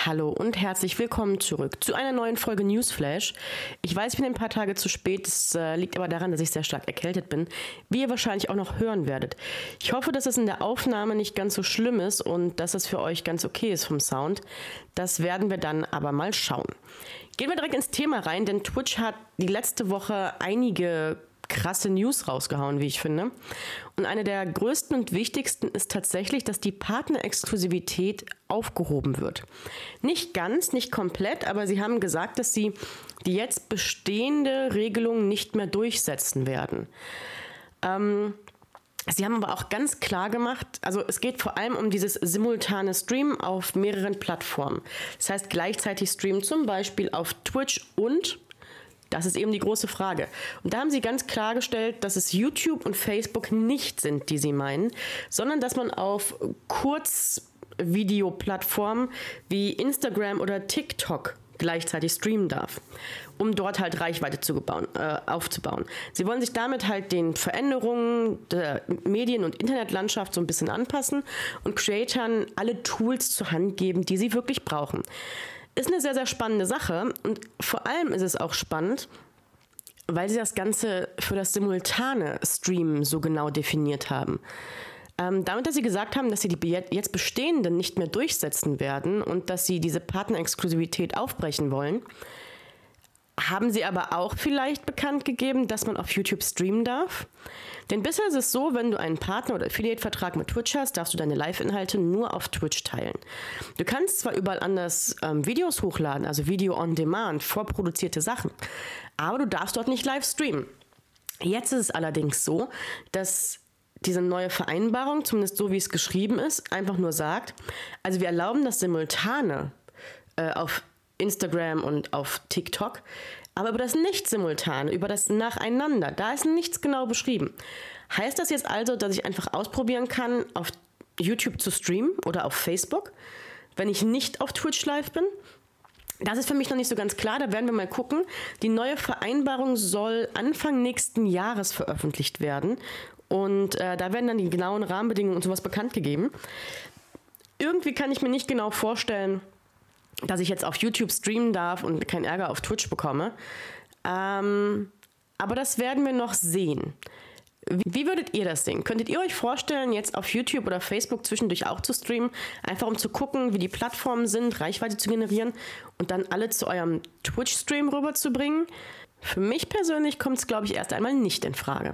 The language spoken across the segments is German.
Hallo und herzlich willkommen zurück zu einer neuen Folge Newsflash. Ich weiß, ich bin ein paar Tage zu spät, das liegt aber daran, dass ich sehr stark erkältet bin, wie ihr wahrscheinlich auch noch hören werdet. Ich hoffe, dass es in der Aufnahme nicht ganz so schlimm ist und dass es für euch ganz okay ist vom Sound. Das werden wir dann aber mal schauen. Gehen wir direkt ins Thema rein, denn Twitch hat die letzte Woche einige krasse News rausgehauen, wie ich finde. Und eine der größten und wichtigsten ist tatsächlich, dass die Partnerexklusivität aufgehoben wird. Nicht ganz, nicht komplett, aber sie haben gesagt, dass sie die jetzt bestehende Regelung nicht mehr durchsetzen werden. Sie haben aber auch ganz klar gemacht, also es geht vor allem um dieses simultane Streamen auf mehreren Plattformen. Das heißt gleichzeitig streamen zum Beispiel auf Twitch und das ist eben die große Frage. Und da haben sie ganz klargestellt, dass es YouTube und Facebook nicht sind, die sie meinen, sondern dass man auf Kurzvideoplattformen wie Instagram oder TikTok gleichzeitig streamen darf, um dort halt Reichweite aufzubauen. Sie wollen sich damit halt den Veränderungen der Medien- und Internetlandschaft so ein bisschen anpassen und Creatoren alle Tools zur Hand geben, die sie wirklich brauchen. Ist eine sehr, sehr spannende Sache und vor allem ist es auch spannend, weil sie das Ganze für das simultane Streamen so genau definiert haben. Damit, dass sie gesagt haben, dass sie die jetzt bestehenden nicht mehr durchsetzen werden und dass sie diese Partnerexklusivität aufbrechen wollen, haben sie aber auch vielleicht bekannt gegeben, dass man auf YouTube streamen darf. Denn bisher ist es so, wenn du einen Partner- oder Affiliate-Vertrag mit Twitch hast, darfst du deine Live-Inhalte nur auf Twitch teilen. Du kannst zwar überall anders Videos hochladen, also Video on Demand, vorproduzierte Sachen, aber du darfst dort nicht live streamen. Jetzt ist es allerdings so, dass diese neue Vereinbarung, zumindest so wie es geschrieben ist, einfach nur sagt, also wir erlauben das Simultane auf Instagram und auf TikTok, aber über das Nicht-Simultane, über das Nacheinander, da ist nichts genau beschrieben. Heißt das jetzt also, dass ich einfach ausprobieren kann, auf YouTube zu streamen oder auf Facebook, wenn ich nicht auf Twitch live bin? Das ist für mich noch nicht so ganz klar, da werden wir mal gucken. Die neue Vereinbarung soll Anfang nächsten Jahres veröffentlicht werden und da werden dann die genauen Rahmenbedingungen und sowas bekannt gegeben. Irgendwie kann ich mir nicht genau vorstellen, dass ich jetzt auf YouTube streamen darf und keinen Ärger auf Twitch bekomme. Aber das werden wir noch sehen. Wie würdet ihr das sehen? Könntet ihr euch vorstellen, jetzt auf YouTube oder Facebook zwischendurch auch zu streamen, einfach um zu gucken, wie die Plattformen sind, Reichweite zu generieren und dann alle zu eurem Twitch-Stream rüberzubringen? Für mich persönlich kommt es, glaube ich, erst einmal nicht in Frage.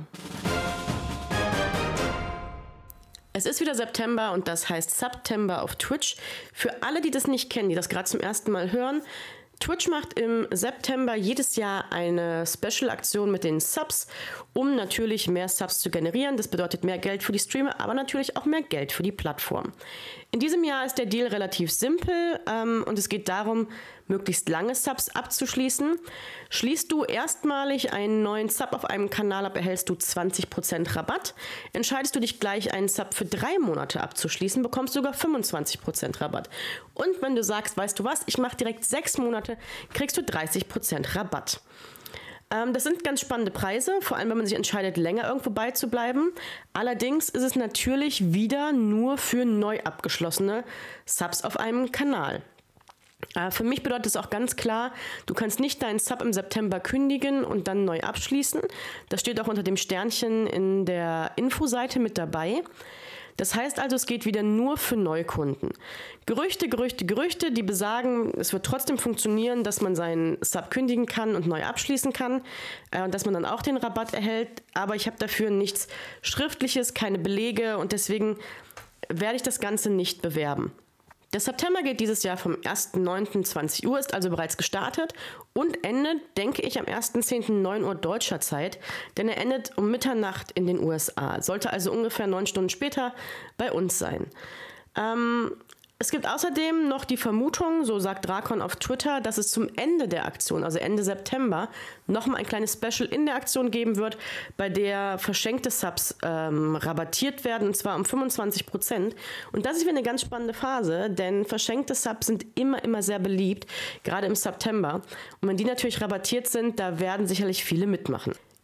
Es ist wieder September und das heißt September auf Twitch. Für alle, die das nicht kennen, die das gerade zum ersten Mal hören, Twitch macht im September jedes Jahr eine Special-Aktion mit den Subs, um natürlich mehr Subs zu generieren. Das bedeutet mehr Geld für die Streamer, aber natürlich auch mehr Geld für die Plattform. In diesem Jahr ist der Deal relativ simpel und es geht darum, möglichst lange Subs abzuschließen. Schließt du erstmalig einen neuen Sub auf einem Kanal ab, erhältst du 20% Rabatt. Entscheidest du dich gleich, einen Sub für 3 Monate abzuschließen, bekommst du sogar 25% Rabatt. Und wenn du sagst, weißt du was, ich mache direkt 6 Monate, kriegst du 30% Rabatt. Das sind ganz spannende Preise, vor allem wenn man sich entscheidet, länger irgendwo beizubleiben. Allerdings ist es natürlich wieder nur für neu abgeschlossene Subs auf einem Kanal. Für mich bedeutet es auch ganz klar, du kannst nicht deinen Sub im September kündigen und dann neu abschließen. Das steht auch unter dem Sternchen in der Infoseite mit dabei. Das heißt also, es geht wieder nur für Neukunden. Gerüchte, die besagen, es wird trotzdem funktionieren, dass man seinen Sub kündigen kann und neu abschließen kann, dass man dann auch den Rabatt erhält. Aber ich habe dafür nichts Schriftliches, keine Belege und deswegen werde ich das Ganze nicht bewerben. Der September geht dieses Jahr vom 1.9.20 Uhr, ist also bereits gestartet und endet, denke ich, am 1.10. 9 Uhr deutscher Zeit, denn er endet um Mitternacht in den USA. Sollte also ungefähr 9 Stunden später bei uns sein. Es gibt außerdem noch die Vermutung, so sagt Drakon auf Twitter, dass es zum Ende der Aktion, also Ende September, nochmal ein kleines Special in der Aktion geben wird, bei der verschenkte Subs rabattiert werden, und zwar um 25%. Und das ist wieder eine ganz spannende Phase, denn verschenkte Subs sind immer sehr beliebt, gerade im September. Und wenn die natürlich rabattiert sind, da werden sicherlich viele mitmachen.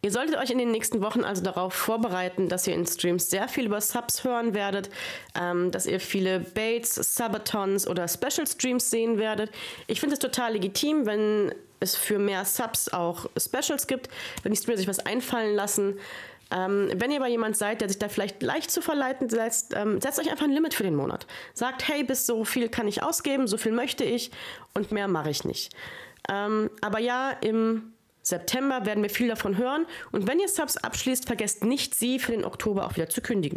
Ihr solltet euch in den nächsten Wochen also darauf vorbereiten, dass ihr in Streams sehr viel über Subs hören werdet, dass ihr viele Baits, Subathons oder Special Streams sehen werdet. Ich finde es total legitim, wenn es für mehr Subs auch Specials gibt, wenn die Streamer sich was einfallen lassen. Wenn ihr aber jemand seid, der sich da vielleicht leicht zu verleiten setzt, setzt euch einfach ein Limit für den Monat. Sagt, hey, bis so viel kann ich ausgeben, so viel möchte ich und mehr mache ich nicht. Aber ja, im September werden wir viel davon hören. Und wenn ihr Subs abschließt, vergesst nicht, sie für den Oktober auch wieder zu kündigen.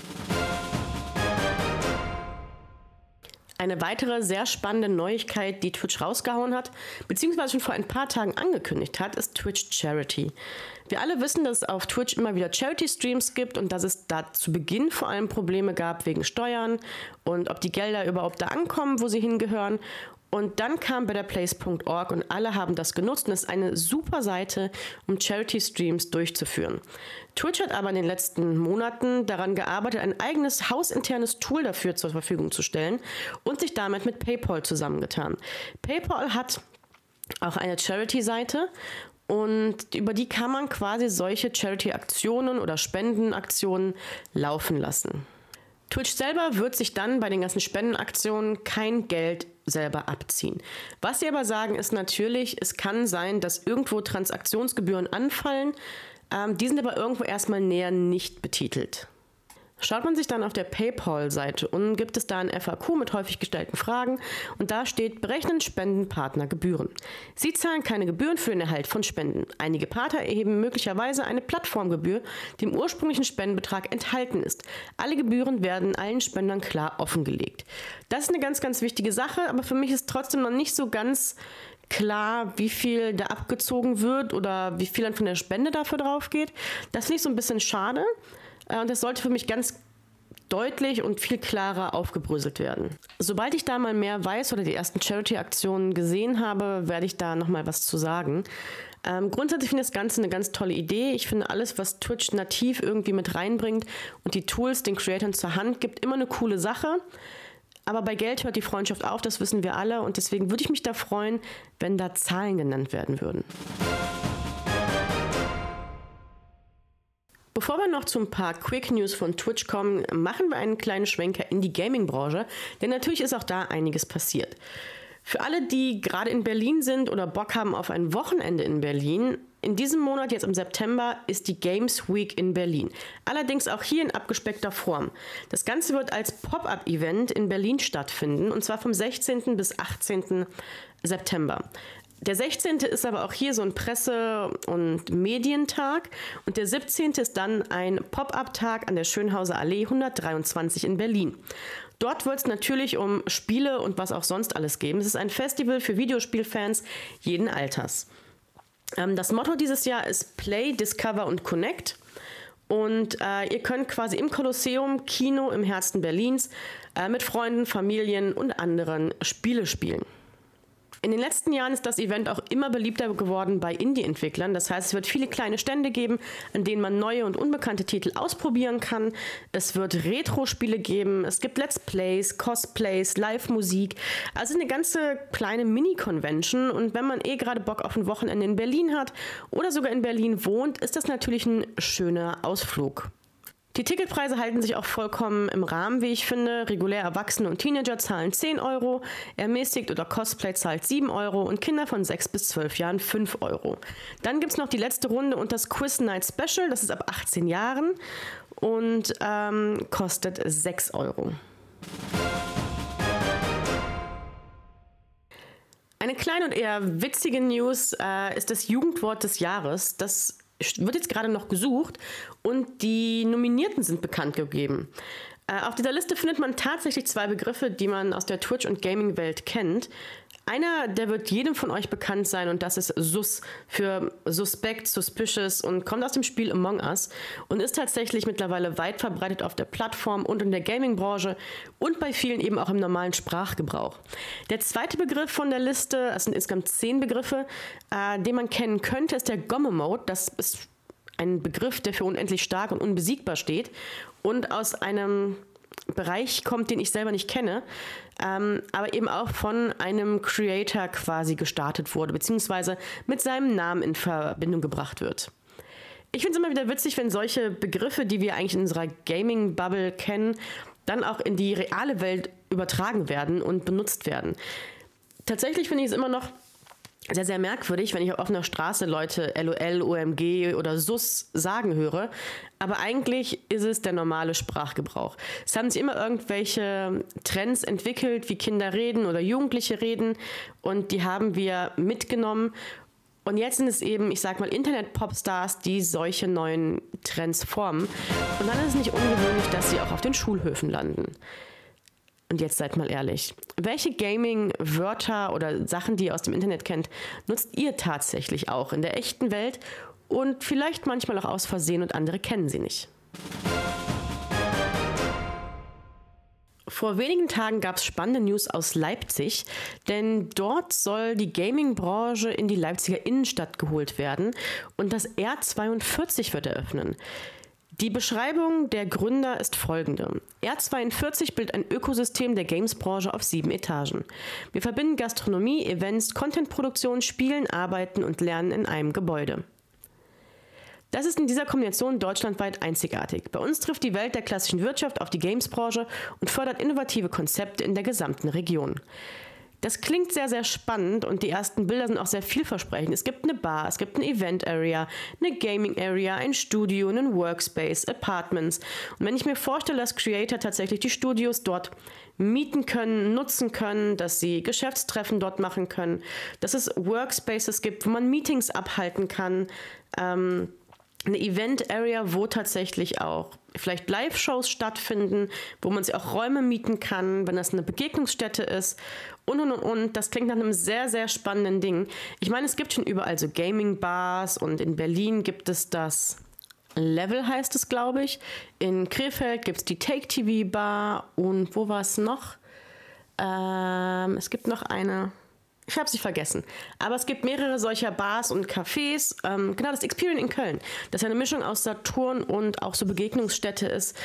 Eine weitere sehr spannende Neuigkeit, die Twitch rausgehauen hat, beziehungsweise schon vor ein paar Tagen angekündigt hat, ist Twitch Charity. Wir alle wissen, dass es auf Twitch immer wieder Charity-Streams gibt und dass es da zu Beginn vor allem Probleme gab wegen Steuern und ob die Gelder überhaupt da ankommen, wo sie hingehören. Und dann kam betterplace.org und alle haben das genutzt und es ist eine super Seite, um Charity-Streams durchzuführen. Twitch hat aber in den letzten Monaten daran gearbeitet, ein eigenes hausinternes Tool dafür zur Verfügung zu stellen und sich damit mit PayPal zusammengetan. PayPal hat auch eine Charity-Seite und über die kann man quasi solche Charity-Aktionen oder Spendenaktionen laufen lassen. Twitch selber wird sich dann bei den ganzen Spendenaktionen kein Geld selber abziehen. Was sie aber sagen, ist natürlich, es kann sein, dass irgendwo Transaktionsgebühren anfallen. Die sind aber irgendwo erstmal näher nicht betitelt. Schaut man sich dann auf der PayPal-Seite und gibt es da ein FAQ mit häufig gestellten Fragen und da steht, berechnen Spendenpartner Gebühren. Sie zahlen keine Gebühren für den Erhalt von Spenden. Einige Partner erheben möglicherweise eine Plattformgebühr, die im ursprünglichen Spendenbetrag enthalten ist. Alle Gebühren werden allen Spendern klar offengelegt. Das ist eine ganz, ganz wichtige Sache, aber für mich ist trotzdem noch nicht so ganz klar, wie viel da abgezogen wird oder wie viel dann von der Spende dafür drauf geht. Das finde ich so ein bisschen schade. Und das sollte für mich ganz deutlich und viel klarer aufgebröselt werden. Sobald ich da mal mehr weiß oder die ersten Charity-Aktionen gesehen habe, werde ich da nochmal was zu sagen. Grundsätzlich finde ich das Ganze eine ganz tolle Idee. Ich finde alles, was Twitch nativ irgendwie mit reinbringt und die Tools den Creatoren zur Hand gibt, immer eine coole Sache. Aber bei Geld hört die Freundschaft auf, das wissen wir alle. Und deswegen würde ich mich da freuen, wenn da Zahlen genannt werden würden. Bevor wir noch zu ein paar Quick News von Twitch kommen, machen wir einen kleinen Schwenker in die Gaming-Branche, denn natürlich ist auch da einiges passiert. Für alle, die gerade in Berlin sind oder Bock haben auf ein Wochenende in Berlin, in diesem Monat, jetzt im September, ist die Games Week in Berlin. Allerdings auch hier in abgespeckter Form. Das Ganze wird als Pop-up-Event in Berlin stattfinden, und zwar vom 16. bis 18. September. Der 16. ist aber auch hier so ein Presse- und Medientag und der 17. ist dann ein Pop-up-Tag an der Schönhauser Allee 123 in Berlin. Dort wird es natürlich um Spiele und was auch sonst alles geben. Es ist ein Festival für Videospielfans jeden Alters. Das Motto dieses Jahr ist Play, Discover und Connect. Und ihr könnt quasi im Kolosseum, Kino im Herzen Berlins, mit Freunden, Familien und anderen Spiele spielen. In den letzten Jahren ist das Event auch immer beliebter geworden bei Indie-Entwicklern. Das heißt, es wird viele kleine Stände geben, an denen man neue und unbekannte Titel ausprobieren kann. Es wird Retro-Spiele geben, es gibt Let's Plays, Cosplays, Live-Musik. Also eine ganze kleine Mini-Convention. Und wenn man gerade Bock auf ein Wochenende in Berlin hat oder sogar in Berlin wohnt, ist das natürlich ein schöner Ausflug. Die Ticketpreise halten sich auch vollkommen im Rahmen, wie ich finde. Regulär Erwachsene und Teenager zahlen 10 €, Ermäßigt oder Cosplay zahlt 7 € und Kinder von 6 bis 12 Jahren 5 €. Dann gibt es noch die letzte Runde und das Quiz Night Special, das ist ab 18 Jahren und kostet 6 €. Eine kleine und eher witzige News ist das Jugendwort des Jahres. Das wird jetzt gerade noch gesucht und die Nominierten sind bekannt gegeben. Auf dieser Liste findet man tatsächlich 2 Begriffe, die man aus der Twitch- und Gaming-Welt kennt. Einer, der wird jedem von euch bekannt sein und das ist Sus für Suspect, Suspicious und kommt aus dem Spiel Among Us und ist tatsächlich mittlerweile weit verbreitet auf der Plattform und in der Gaming-Branche und bei vielen eben auch im normalen Sprachgebrauch. Der zweite Begriff von der Liste, es sind insgesamt 10 Begriffe, den man kennen könnte, ist der Gomme-Mode. Das ist ein Begriff, der für unendlich stark und unbesiegbar steht und aus einem Bereich kommt, den ich selber nicht kenne, aber eben auch von einem Creator quasi gestartet wurde, beziehungsweise mit seinem Namen in Verbindung gebracht wird. Ich finde es immer wieder witzig, wenn solche Begriffe, die wir eigentlich in unserer Gaming-Bubble kennen, dann auch in die reale Welt übertragen werden und benutzt werden. Tatsächlich finde ich es immer noch sehr, sehr merkwürdig, wenn ich auf einer Straße Leute LOL, OMG oder SUS sagen höre. Aber eigentlich ist es der normale Sprachgebrauch. Es haben sich immer irgendwelche Trends entwickelt, wie Kinder reden oder Jugendliche reden. Und die haben wir mitgenommen. Und jetzt sind es eben, ich sag mal, Internet-Popstars, die solche neuen Trends formen. Und dann ist es nicht ungewöhnlich, dass sie auch auf den Schulhöfen landen. Und jetzt seid mal ehrlich, welche Gaming-Wörter oder Sachen, die ihr aus dem Internet kennt, nutzt ihr tatsächlich auch in der echten Welt und vielleicht manchmal auch aus Versehen und andere kennen sie nicht? Vor wenigen Tagen gab es spannende News aus Leipzig, denn dort soll die Gaming-Branche in die Leipziger Innenstadt geholt werden und das R42 wird eröffnen. Die Beschreibung der Gründer ist folgende. R42 bildet ein Ökosystem der Games-Branche auf 7 Etagen. Wir verbinden Gastronomie, Events, Contentproduktion, Spielen, Arbeiten und Lernen in einem Gebäude. Das ist in dieser Kombination deutschlandweit einzigartig. Bei uns trifft die Welt der klassischen Wirtschaft auf die Games-Branche und fördert innovative Konzepte in der gesamten Region. Das klingt sehr, sehr spannend und die ersten Bilder sind auch sehr vielversprechend. Es gibt eine Bar, es gibt eine Event-Area, eine Gaming-Area, ein Studio, einen Workspace, Apartments. Und wenn ich mir vorstelle, dass Creator tatsächlich die Studios dort mieten können, nutzen können, dass sie Geschäftstreffen dort machen können, dass es Workspaces gibt, wo man Meetings abhalten kann, eine Event-Area, wo tatsächlich auch vielleicht Live-Shows stattfinden, wo man sich auch Räume mieten kann, wenn das eine Begegnungsstätte ist und. Das klingt nach einem sehr, sehr spannenden Ding. Ich meine, es gibt schon überall so Gaming-Bars und in Berlin gibt es das Level, heißt es, glaube ich. In Krefeld gibt es die Take-TV-Bar und wo war es noch? Es gibt noch eine... Ich habe sie vergessen. Aber es gibt mehrere solcher Bars und Cafés. Genau, das Experience in Köln. Das eine Mischung aus Saturn und auch so Begegnungsstätte ist.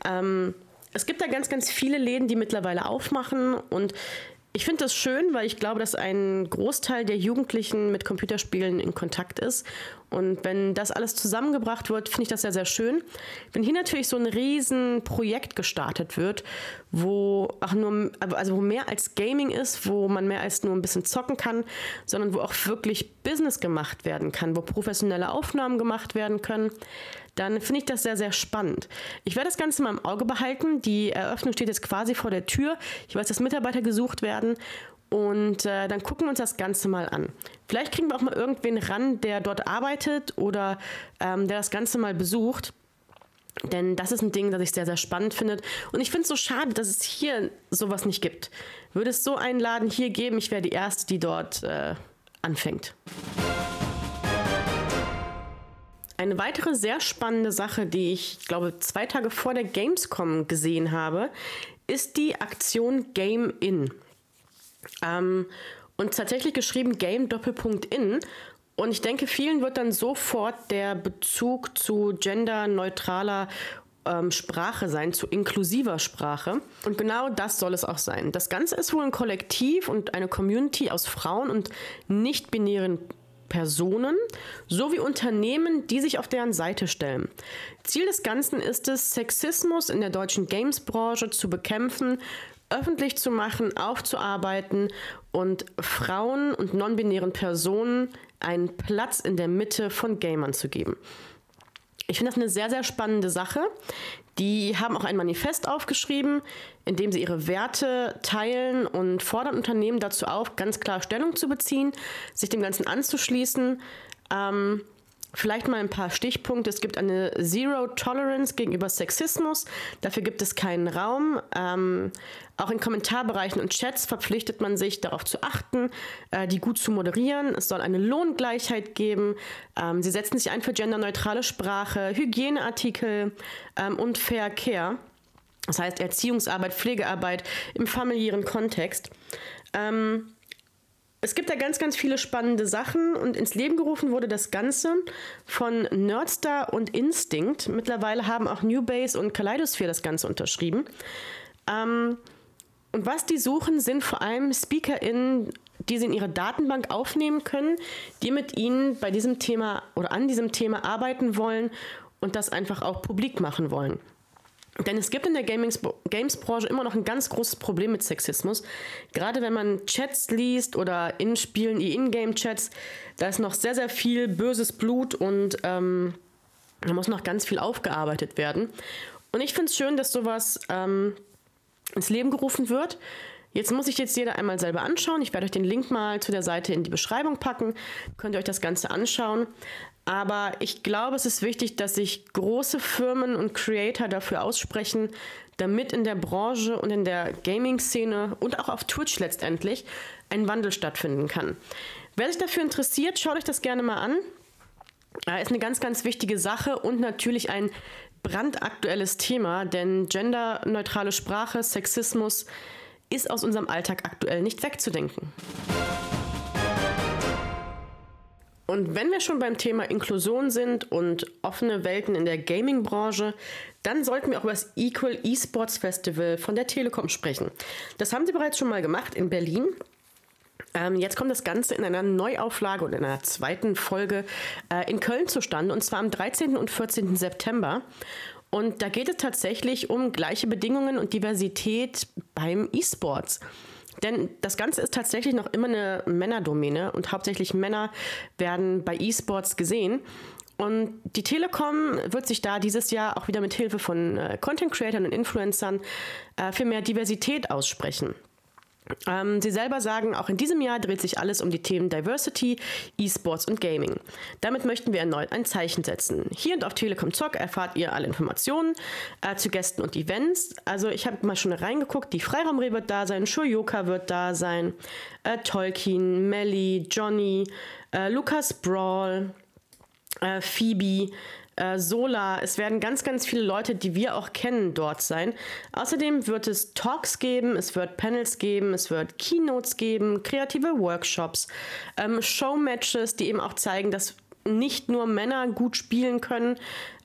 Es gibt da ganz, ganz viele Läden, die mittlerweile aufmachen. Und ich finde das schön, weil ich glaube, dass ein Großteil der Jugendlichen mit Computerspielen in Kontakt ist. Und wenn das alles zusammengebracht wird, finde ich das sehr, sehr schön. Wenn hier natürlich so ein Riesenprojekt gestartet wird, wo wo mehr als Gaming ist, wo man mehr als nur ein bisschen zocken kann, sondern wo auch wirklich Business gemacht werden kann, wo professionelle Aufnahmen gemacht werden können, dann finde ich das sehr, sehr spannend. Ich werde das Ganze mal im Auge behalten. Die Eröffnung steht jetzt quasi vor der Tür. Ich weiß, dass Mitarbeiter gesucht werden. Und dann gucken wir uns das Ganze mal an. Vielleicht kriegen wir auch mal irgendwen ran, der dort arbeitet oder der das Ganze mal besucht. Denn das ist ein Ding, das ich sehr, sehr spannend finde. Und ich finde es so schade, dass es hier sowas nicht gibt. Würde es so einen Laden hier geben, ich wäre die Erste, die dort anfängt. Eine weitere sehr spannende Sache, die ich glaube 2 Tage vor der Gamescom gesehen habe, ist die Aktion Game In. Und tatsächlich geschrieben Game-In. Und ich denke, vielen wird dann sofort der Bezug zu genderneutraler Sprache sein, zu inklusiver Sprache. Und genau das soll es auch sein. Das Ganze ist wohl ein Kollektiv und eine Community aus Frauen und nicht-binären Personen sowie Unternehmen, die sich auf deren Seite stellen. Ziel des Ganzen ist es, Sexismus in der deutschen Games-Branche zu bekämpfen, öffentlich zu machen, aufzuarbeiten und Frauen und non-binären Personen einen Platz in der Mitte von Gamern zu geben. Ich finde das eine sehr, sehr spannende Sache. Die haben auch ein Manifest aufgeschrieben, in dem sie ihre Werte teilen und fordern Unternehmen dazu auf, ganz klar Stellung zu beziehen, sich dem Ganzen anzuschließen. Vielleicht mal ein paar Stichpunkte. Es gibt eine Zero Tolerance gegenüber Sexismus. Dafür gibt es keinen Raum. Auch in Kommentarbereichen und Chats verpflichtet man sich, darauf zu achten, die gut zu moderieren. Es soll eine Lohngleichheit geben. Sie setzen sich ein für genderneutrale Sprache, Hygieneartikel und Fair Care. Das heißt Erziehungsarbeit, Pflegearbeit im familiären Kontext. Es gibt da ganz, ganz viele spannende Sachen und ins Leben gerufen wurde das Ganze von Nerdstar und Instinct. Mittlerweile haben auch Newbase und Kaleidosphere das Ganze unterschrieben. Und was die suchen, sind vor allem SpeakerInnen, die sie in ihre Datenbank aufnehmen können, die mit ihnen bei diesem Thema oder an diesem Thema arbeiten wollen und das einfach auch publik machen wollen. Denn es gibt in der Games-Branche immer noch ein ganz großes Problem mit Sexismus. Gerade wenn man Chats liest oder in Spielen, die In-Game-Chats, da ist noch sehr, sehr viel böses Blut und da muss noch ganz viel aufgearbeitet werden. Und ich finde es schön, dass sowas ins Leben gerufen wird. Jetzt muss sich jeder einmal selber anschauen. Ich werde euch den Link mal zu der Seite in die Beschreibung packen. Könnt ihr euch das Ganze anschauen. Aber ich glaube, es ist wichtig, dass sich große Firmen und Creator dafür aussprechen, damit in der Branche und in der Gaming-Szene und auch auf Twitch letztendlich ein Wandel stattfinden kann. Wer sich dafür interessiert, schaut euch das gerne mal an. Ist eine ganz, ganz wichtige Sache und natürlich ein brandaktuelles Thema, denn genderneutrale Sprache, Sexismus ist aus unserem Alltag aktuell nicht wegzudenken. Und wenn wir schon beim Thema Inklusion sind und offene Welten in der Gaming-Branche, dann sollten wir auch über das Equal Esports Festival von der Telekom sprechen. Das haben sie bereits schon mal gemacht in Berlin. Jetzt kommt das Ganze in einer Neuauflage oder in einer zweiten Folge in Köln zustande, und zwar am 13. und 14. September. Und da geht es tatsächlich um gleiche Bedingungen und Diversität beim E-Sports. Denn das Ganze ist tatsächlich noch immer eine Männerdomäne und hauptsächlich Männer werden bei E-Sports gesehen. Und die Telekom wird sich da dieses Jahr auch wieder mit Hilfe von Content-Creatern und Influencern für mehr Diversität aussprechen. Sie selber sagen, auch in diesem Jahr dreht sich alles um die Themen Diversity, E-Sports und Gaming. Damit möchten wir erneut ein Zeichen setzen. Hier und auf Telekom Zock erfahrt ihr alle Informationen zu Gästen und Events. Also ich habe mal schon reingeguckt, die Freiraumreh wird da sein, Shoyoka wird da sein, Tolkien, Melly, Johnny, Lucas Brawl, Phoebe, Sola, es werden ganz, ganz viele Leute, die wir auch kennen, dort sein. Außerdem wird es Talks geben, es wird Panels geben, es wird Keynotes geben, kreative Workshops, Showmatches, die eben auch zeigen, dass nicht nur Männer gut spielen können.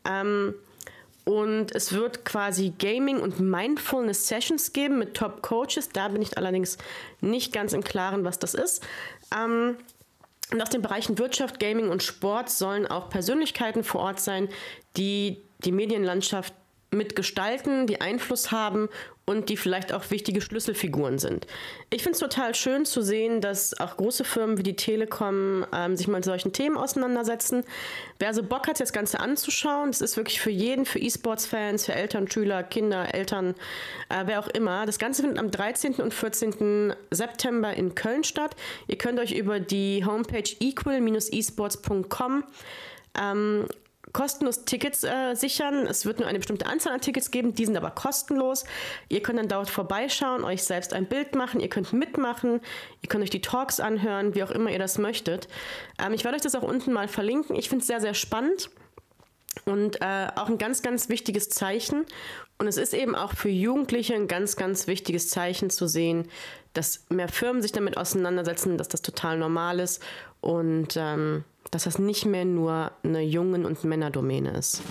Und es wird quasi Gaming- und Mindfulness-Sessions geben mit Top-Coaches. Da bin ich allerdings nicht ganz im Klaren, was das ist. Und aus den Bereichen Wirtschaft, Gaming und Sport sollen auch Persönlichkeiten vor Ort sein, die die Medienlandschaft mitgestalten, die Einfluss haben und die vielleicht auch wichtige Schlüsselfiguren sind. Ich finde es total schön zu sehen, dass auch große Firmen wie die Telekom sich mal mit solchen Themen auseinandersetzen. Wer also Bock hat, sich das Ganze anzuschauen, das ist wirklich für jeden, für E-Sports-Fans, für Eltern, Schüler, Kinder, Eltern, wer auch immer. Das Ganze findet am 13. und 14. September in Köln statt. Ihr könnt euch über die Homepage equal-esports.com kostenlos Tickets sichern. Es wird nur eine bestimmte Anzahl an Tickets geben, die sind aber kostenlos. Ihr könnt dann dort vorbeischauen, euch selbst ein Bild machen, ihr könnt mitmachen, ihr könnt euch die Talks anhören, wie auch immer ihr das möchtet. Ich werde euch das auch unten mal verlinken. Ich finde es sehr, sehr spannend und auch ein ganz, ganz wichtiges Zeichen. Und es ist eben auch für Jugendliche ein ganz, ganz wichtiges Zeichen zu sehen, dass mehr Firmen sich damit auseinandersetzen, dass das total normal ist und dass das nicht mehr nur eine Jungen- und Männerdomäne ist.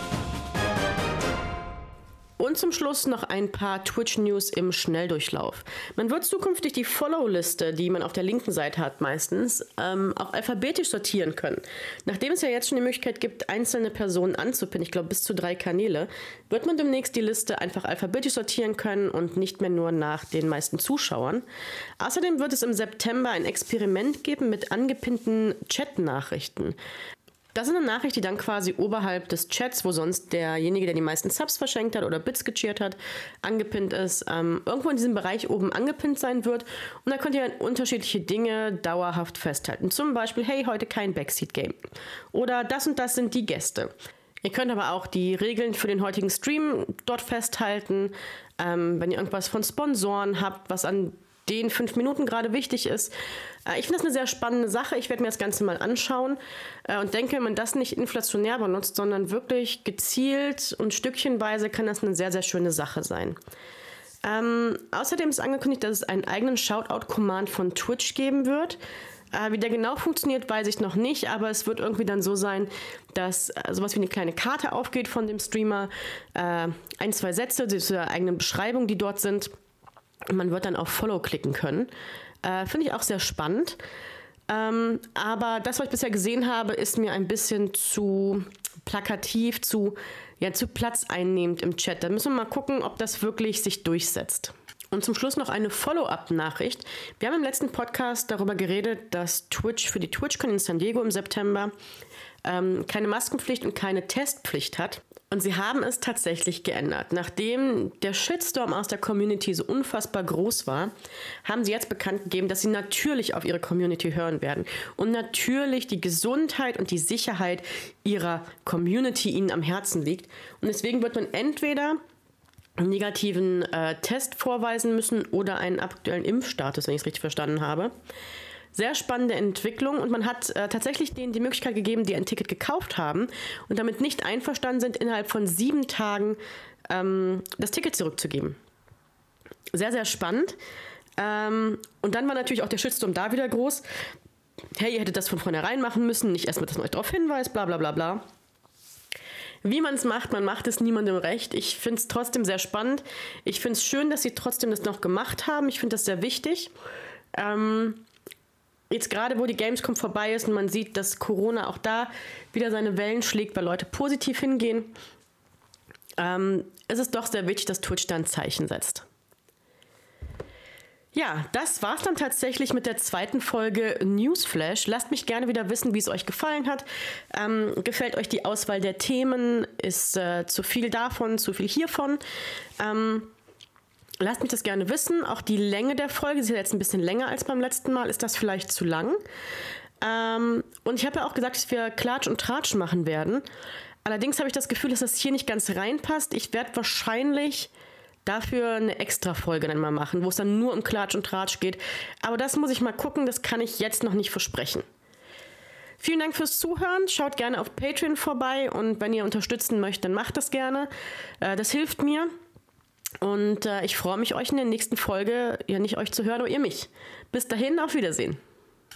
Und zum Schluss noch ein paar Twitch-News im Schnelldurchlauf. Man wird zukünftig die Follow-Liste, die man auf der linken Seite hat meistens, auch alphabetisch sortieren können. Nachdem es ja jetzt schon die Möglichkeit gibt, einzelne Personen anzupinnen, ich glaube bis zu 3 Kanäle, wird man demnächst die Liste einfach alphabetisch sortieren können und nicht mehr nur nach den meisten Zuschauern. Außerdem wird es im September ein Experiment geben mit angepinnten Chat-Nachrichten. Das ist eine Nachricht, die dann quasi oberhalb des Chats, wo sonst derjenige, der die meisten Subs verschenkt hat oder Bits gecheert hat, angepinnt ist, irgendwo in diesem Bereich oben angepinnt sein wird. Und da könnt ihr unterschiedliche Dinge dauerhaft festhalten. Zum Beispiel, hey, heute kein Backseat-Game. Oder das und das sind die Gäste. Ihr könnt aber auch die Regeln für den heutigen Stream dort festhalten. Wenn ihr irgendwas von Sponsoren habt, was an den 5 Minuten gerade wichtig ist. Ich finde das eine sehr spannende Sache. Ich werde mir das Ganze mal anschauen und denke, wenn man das nicht inflationär benutzt, sondern wirklich gezielt und stückchenweise, kann das eine sehr, sehr schöne Sache sein. Außerdem ist angekündigt, dass es einen eigenen Shoutout-Command von Twitch geben wird. Wie der genau funktioniert, weiß ich noch nicht, aber es wird irgendwie dann so sein, dass sowas wie eine kleine Karte aufgeht von dem Streamer, 1, 2 Sätze zu der eigenen Beschreibung, die dort sind. Man wird dann auf Follow klicken können. Finde ich auch sehr spannend. Aber das, was ich bisher gesehen habe, ist mir ein bisschen zu plakativ, zu Platz einnehmend im Chat. Da müssen wir mal gucken, ob das wirklich sich durchsetzt. Und zum Schluss noch eine Follow-up-Nachricht. Wir haben im letzten Podcast darüber geredet, dass Twitch für die TwitchCon in San Diego im September keine Maskenpflicht und keine Testpflicht hat. Und sie haben es tatsächlich geändert. Nachdem der Shitstorm aus der Community so unfassbar groß war, haben sie jetzt bekannt gegeben, dass sie natürlich auf ihre Community hören werden und natürlich die Gesundheit und die Sicherheit ihrer Community ihnen am Herzen liegt. Und deswegen wird man entweder einen negativen Test vorweisen müssen oder einen aktuellen Impfstatus, wenn ich es richtig verstanden habe. Sehr spannende Entwicklung und man hat tatsächlich denen die Möglichkeit gegeben, die ein Ticket gekauft haben und damit nicht einverstanden sind, innerhalb von 7 Tagen das Ticket zurückzugeben. Sehr, sehr spannend. Und dann war natürlich auch der Shitstorm da wieder groß. Hey, ihr hättet das von vornherein machen müssen, nicht erstmal, dass man euch darauf hinweist, bla bla bla bla. Wie man macht es niemandem recht. Ich finde es trotzdem sehr spannend. Ich finde es schön, dass sie trotzdem das noch gemacht haben. Ich finde das sehr wichtig. Jetzt gerade, wo die Gamescom vorbei ist und man sieht, dass Corona auch da wieder seine Wellen schlägt, weil Leute positiv hingehen, ist es doch sehr wichtig, dass Twitch da ein Zeichen setzt. Ja, das war's dann tatsächlich mit der zweiten Folge Newsflash. Lasst mich gerne wieder wissen, wie es euch gefallen hat. Gefällt euch die Auswahl der Themen? Ist zu viel davon, zu viel hiervon? Lasst mich das gerne wissen. Auch die Länge der Folge, sie ist jetzt ein bisschen länger als beim letzten Mal. Ist das vielleicht zu lang? Und ich habe ja auch gesagt, dass wir Klatsch und Tratsch machen werden. Allerdings habe ich das Gefühl, dass das hier nicht ganz reinpasst. Ich werde wahrscheinlich dafür eine extra Folge dann mal machen, wo es dann nur um Klatsch und Tratsch geht. Aber das muss ich mal gucken, das kann ich jetzt noch nicht versprechen. Vielen Dank fürs Zuhören. Schaut gerne auf Patreon vorbei und wenn ihr unterstützen möchtet, dann macht das gerne. Das hilft mir. Und ich freue mich, euch in der nächsten Folge, ja nicht euch zu hören, aber ihr mich. Bis dahin, auf Wiedersehen.